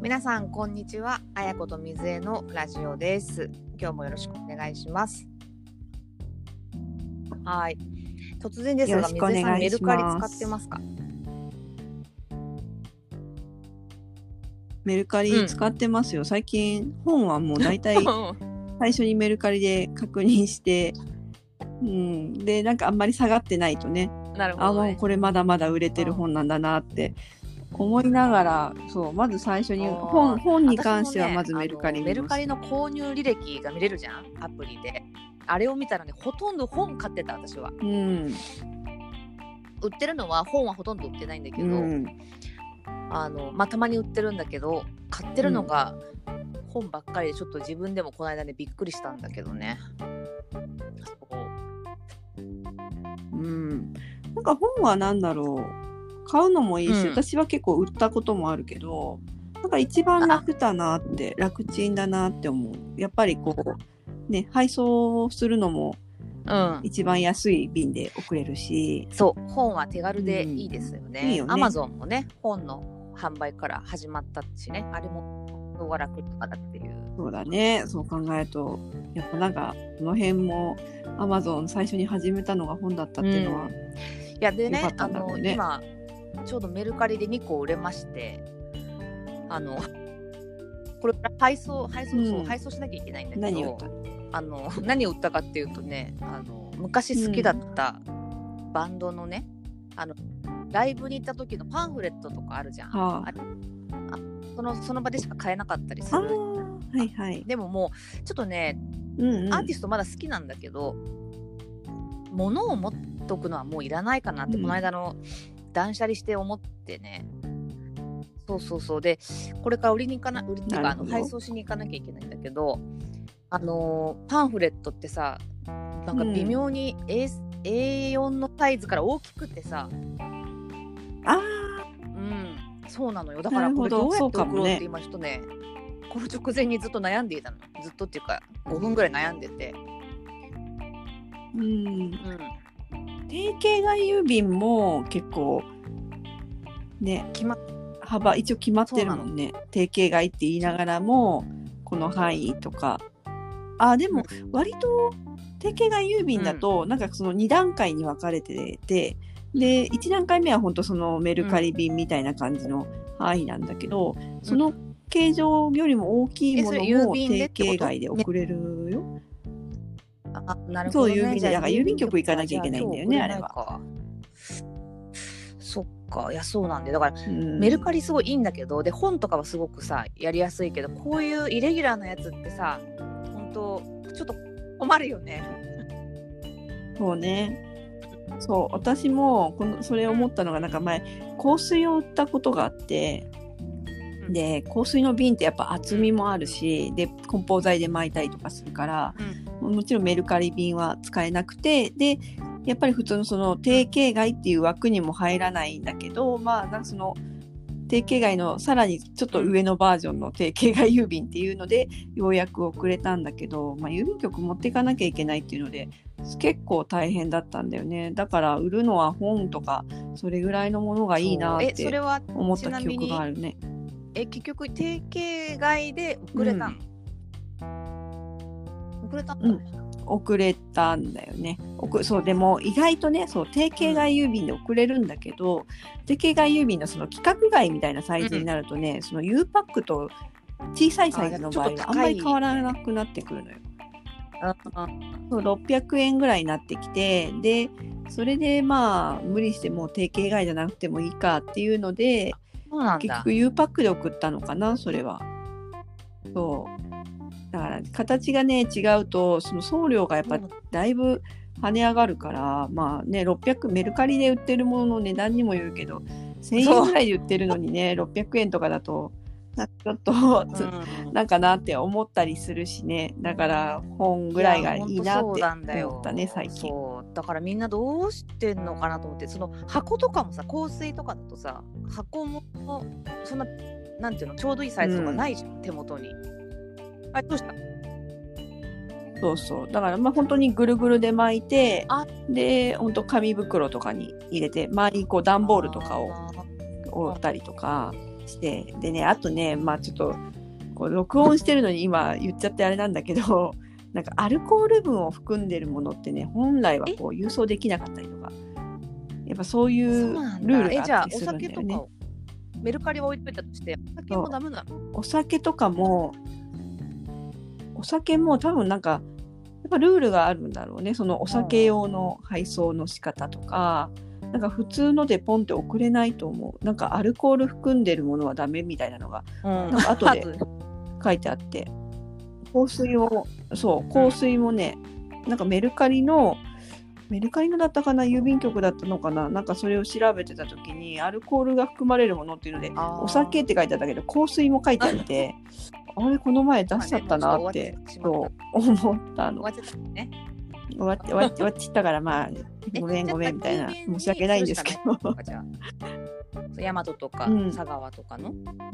皆さんこんにちは。あやことみずえのラジオです。今日もよろしくお願いします。はい。突然ですが、みずえさんメルカリ使ってますか？ メルカリ使ってますよ。最近本はもう大体最初にメルカリで確認して、でなんかあんまり下がってないとね、 なるほどね。 もうこれまだまだ売れてる本なんだなって思いながら、そうまず最初に本に関してはまずメルカリ見ます。 メルカリの購入履歴が見れるじゃん、アプリで。あれを見たらね、ほとんど本買ってた私は。売ってるのは本はほとんど売ってないんだけど、たまに売ってるんだけど、買ってるのが本ばっかりで、ちょっと自分でもこの間ねびっくりしたんだけどね。 なんか本はなんだろう、買うのもいいし、私は結構売ったこともあるけど、なんか一番楽だなって、楽ちんだなって思う。やっぱりこうね、配送するのも一番安い便で送れるし、 そう本は手軽でいいですよね。いいよね。Amazon もね、本の販売から始まったしね、あれも動画楽とかだっていう。 そうだね。そう考えるとやっぱなんかこの辺も Amazon 最初に始めたのが本だったっていうのは、 いやでね、今ちょうどメルカリで2個売れまして、これから配送しなきゃいけないんだけど、何を売ったかっていうとね、昔好きだったバンドのね、ライブに行った時のパンフレットとかあるじゃん。その場でしか買えなかったりする。でももうちょっとね、アーティストまだ好きなんだけど、物を持っとくのはもういらないかなって、この間の断捨離して思ってね。そうで、これから売りっていうか配送しに行かなきゃいけないんだけど、パンフレットってさ、なんか微妙に A4 のサイズから大きくてさ、そうなのよ。だからこれどうやって送ろうって今ちょっとね、この直前にずっと悩んでいたの。ずっとっていうか5分ぐらい悩んでて。 定型外郵便も結構ね、幅一応決まってるもんね。定型外って言いながらもこの範囲とか。でも割と定型外郵便だとなんかその2段階に分かれてて、で1段階目は本当そのメルカリ便みたいな感じの範囲なんだけど、その形状よりも大きいものも定型外で送れるよ。 なるほどね。 そう、郵便でだから郵便局行かなきゃいけないんだよね、あれは。 そっか、いやそうなんで、だから、メルカリすごいいいんだけど、で本とかはすごくさやりやすいけど、こういうイレギュラーなやつってさ、本当ちょっと困るよね。 そうね。そう、私もそれ思ったのが、なんか前香水を売ったことがあって、で香水の瓶ってやっぱ厚みもあるし、で梱包材で巻いたりとかするから、もちろんメルカリ便は使えなくて、でやっぱり普通のその定型外っていう枠にも入らないんだけど、なんかその定型外のさらにちょっと上のバージョンの定型外郵便っていうのでようやく送れたんだけど、郵便局持っていかなきゃいけないっていうので結構大変だったんだよね。だから売るのは本とかそれぐらいのものがいいなって思った記憶があるね。 結局定型外で送れたの？送れたの？ 送れたんだよね。そうでも意外とね、そう定型外郵便で送れるんだけど、定型外郵便のその規格外みたいなサイズになるとね、その U パックと小さいサイズの場合はあんまり変わらなくなってくるのよ。そう600円ぐらいになってきて、でそれで無理してもう定型外じゃなくてもいいかっていうので、結局 U パックで送ったのかな、それは。そうだから形がね違うとその送料がやっぱだいぶ跳ね上がるから、600メルカリで売ってるものの値段にもよるけど、1000円ぐらいで売ってるのにね600円とかだとちょっとなんかなって思ったりするしね。だから本ぐらいがいいなって思ったね、最近。 そうだからみんなどうしてんのかなと思って、その箱とかもさ、香水とかだとさ、箱もそんななんていうの、ちょうどいいサイズとかないじゃん、手元に。どうした？ そうだから本当にぐるぐるで巻いて、で本当紙袋とかに入れて、周りにこう段ボールとかを折ったりとか、 してでね、あとね、まあちょっとこう録音してるのに今言っちゃってあれなんだけど、なんかアルコール分を含んでるものってね、本来はこう郵送できなかったりとか、やっぱそういうルールがあったりするんだよね。 じゃあお酒とかをメルカリは置いといたとして、お酒もダメなの？ お酒とかも、お酒も多分なんかやっぱルールがあるんだろうね。そのお酒用の配送の仕方とか、なんか普通のでポンって送れないと思う。なんかアルコール含んでるものはダメみたいなのが、なんか後で書いてあって、香水もね、なんかメルカリのだったかな、郵便局だったのかな、なんかそれを調べてた時にアルコールが含まれるものっていうので、お酒って書いてあったけど香水も書いてあってあれこの前出しちゃったなってそう思ったの。 終わっちゃったね。 終わっちゃったからまあごめんみたいな、申し訳ないんですけど。 じゃあ大和とか佐川とかの、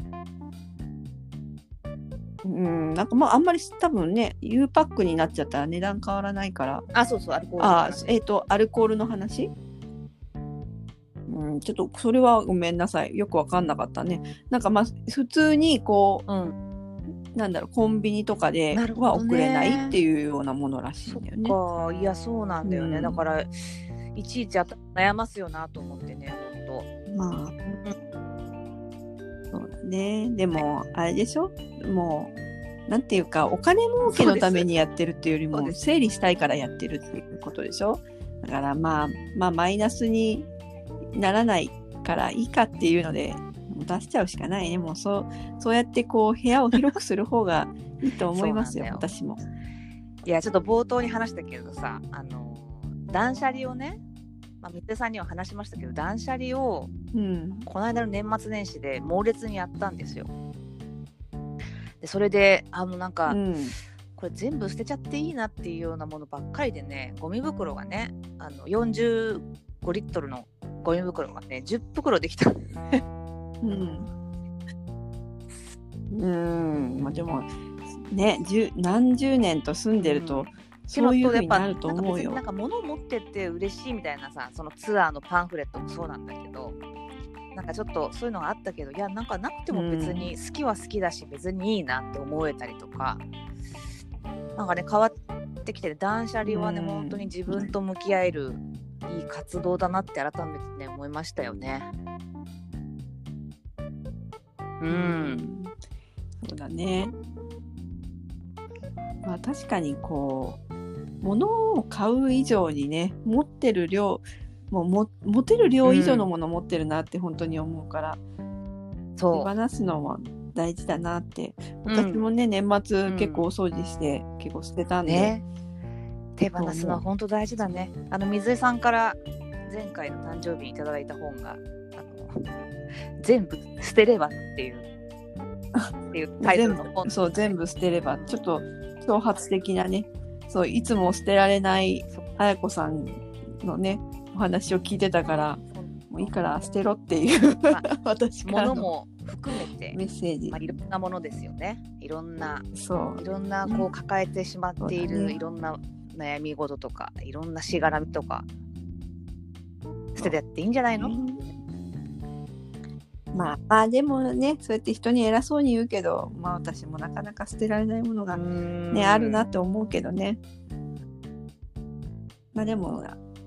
なんかまああんまり多分ね U パックになっちゃったら値段変わらないから。 そうアルコールの話。 アルコールの話、ちょっとそれはごめんなさい、よく分かんなかったね。なんかまあ普通にこう、なんだろう、コンビニとかでは送れないっていうようなものらしいんだよね。 そっか、いやそうなんだよね、だからいちいち悩ますよなと思ってね、ほんと。まあ、 そうだね。でもあれでしょ、もうなんていうかお金儲けのためにやってるっていうよりも整理したいからやってるっていうことでしょ。だからまあマイナスにならないからいいかっていうので出しちゃうしかないね。もうそうやってこう部屋を広くする方がいいと思いますよ私も。 いやちょっと冒頭に話したけどさ、断捨離をね、三手さんには話しましたけど、断捨離を、この間の年末年始で猛烈にやったんですよ。でそれでなんか、これ全部捨てちゃっていいなっていうようなものばっかりでね、ゴミ袋がね45リットルのゴミ袋がね10袋できた。 まあでもね、何十年と住んでると、そういう風になると思うよ。 なんか物を持ってって嬉しいみたいなさ、そのツアーのパンフレットもそうなんだけど、なんかちょっとそういうのがあったけど、いやなんかなくても別に好きは好きだし、別にいいなって思えたりとか、なんかね変わってきて、断捨離はね本当に自分と向き合えるいい活動だなって改めてね思いましたよね。 そうだね。まあ確かにこう物を買う以上にね、持ってる量持てる量以上のものを持ってるなって本当に思うから、手放すのも大事だなって。私もね、年末結構お掃除して結構捨てたんで、 手放すのは本当大事だね。水江さんから前回の誕生日にいただいた本が全部捨てればっていうタイトルの本。 そう、全部捨てれば、ちょっと挑発的なね、そういつも捨てられない綾子さんのねお話を聞いてたから、もういいから捨てろっていう私からの物も含めてメッセージ、 いろんなものですよね。いろんなこう抱えてしまっている、いろんな悩み事とか、いろんなしがらみとか捨ててやっていいんじゃないの？ まあでもね、そうやって人に偉そうに言うけど、まあ私もなかなか捨てられないものがねあるなって思うけどね。まあでも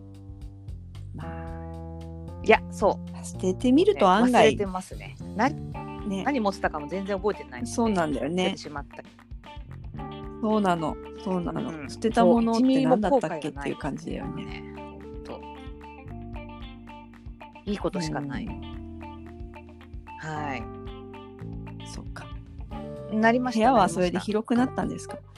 いやそう捨ててみると案外忘れてますね。何持ってたかも全然覚えてない、 そうなんだよね。 捨ててしまった。 そうなの、捨てたものって何だったっけっていう感じだよね。 いいことしかない。はい。 そうか。 なりました。 部屋はそれで広くなったんですか？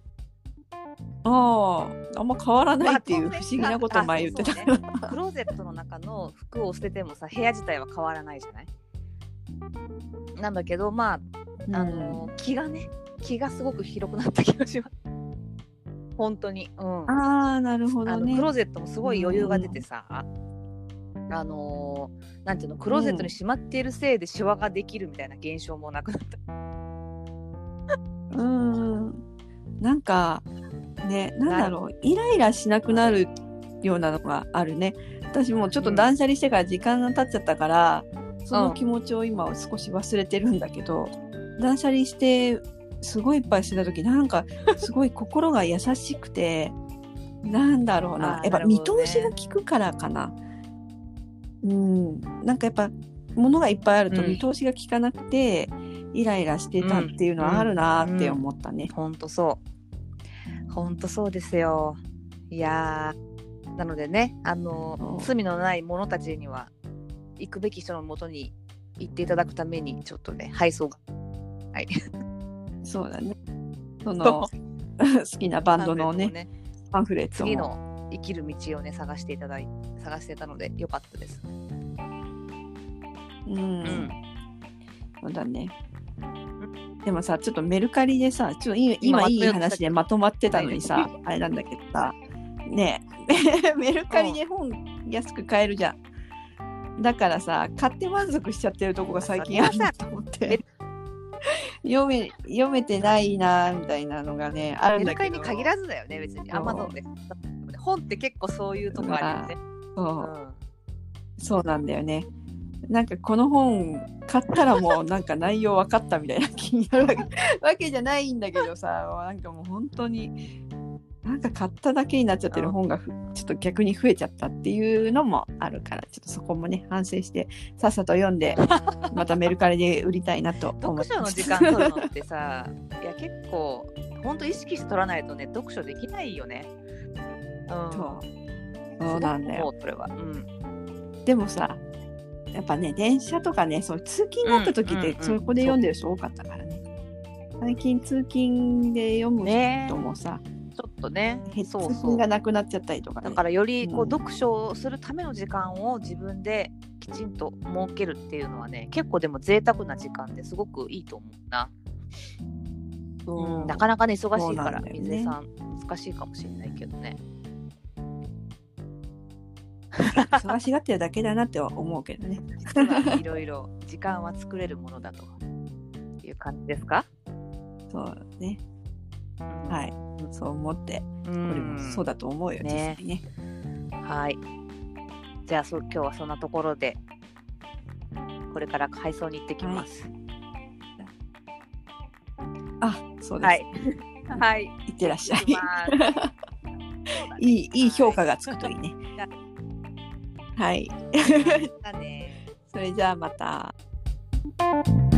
あんま変わらないっていう不思議なことを前言ってた。 クローゼットの中の服を捨ててもさ、部屋自体は変わらないじゃない。なんだけど気がすごく広くなった気がします。本当に。 なるほどね。 クローゼットもすごい余裕が出てさ、なんていうの、クローゼットにしまっているせいでシワができるみたいな現象もなくなった。 なんかね、なんだろう、イライラしなくなるようなのがあるね。私もちょっと断捨離してから時間が経っちゃったから、 その気持ちを今は少し忘れてるんだけど、断捨離してすごいいっぱいしてた時なんかすごい心が優しくてなんだろうな、やっぱ見通しが効くからかな。なんかやっぱ物がいっぱいあると見通しが効かなくて、イライラしてたっていうのはあるなって思ったね。 ほんとそうですよ。いやなのでね、罪のない者たちには行くべき人のもとに行っていただくためにちょっとね配送がはいそうだね、その好きなバンドのねパンフレットも次の生きる道をね探してたのでよかったです。 そうだね。でもさ、ちょっとメルカリでさ、ちょっと今いい話でまとまってたのにさ、あれなんだけどさ、ねメルカリで本安く買えるじゃん。だからさ、買って満足しちゃってるとこが最近あるなと思って。読めてないなみたいなのがねあるんだけど。 メルカリに限らずだよね、別に。Amazon で。本って結構そういうとこあるよね。 そうなんだよね。なんかこの本買ったらもうなんか内容分かったみたいな気になるわけじゃないんだけどさ、なんかもう本当になんか買っただけになっちゃってる本がちょっと逆に増えちゃったっていうのもあるから、ちょっとそこもね反省してさっさと読んでまたメルカリで売りたいなと思って読書の時間取るのってさいや結構本当意識して取らないとね読書できないよね。 そうなんだよ。 それは、 でもさやっぱね電車とかねそう通勤があった時ってそこで読んでる人多かったからね。最近通勤で読む人もさ、 ちょっとね通勤がなくなっちゃったりとかね。 だからよりこう、読書をするための時間を自分できちんと設けるっていうのはね結構でも贅沢な時間ですごくいいと思うな。なかなかね忙しいから、水江さん難しいかもしれないけどね。 忙しがってるだけだなって思うけどね。 実はいろいろ時間は作れるものだという感じですか？ そうね。はい、そう思って、俺もそうだと思うよね。実際ね。 はい。じゃあ今日はそんなところでこれから配送に行ってきます。 そうです。 はい。 いってらっしゃい。いい評価がつくといいね。はい。それじゃあまた。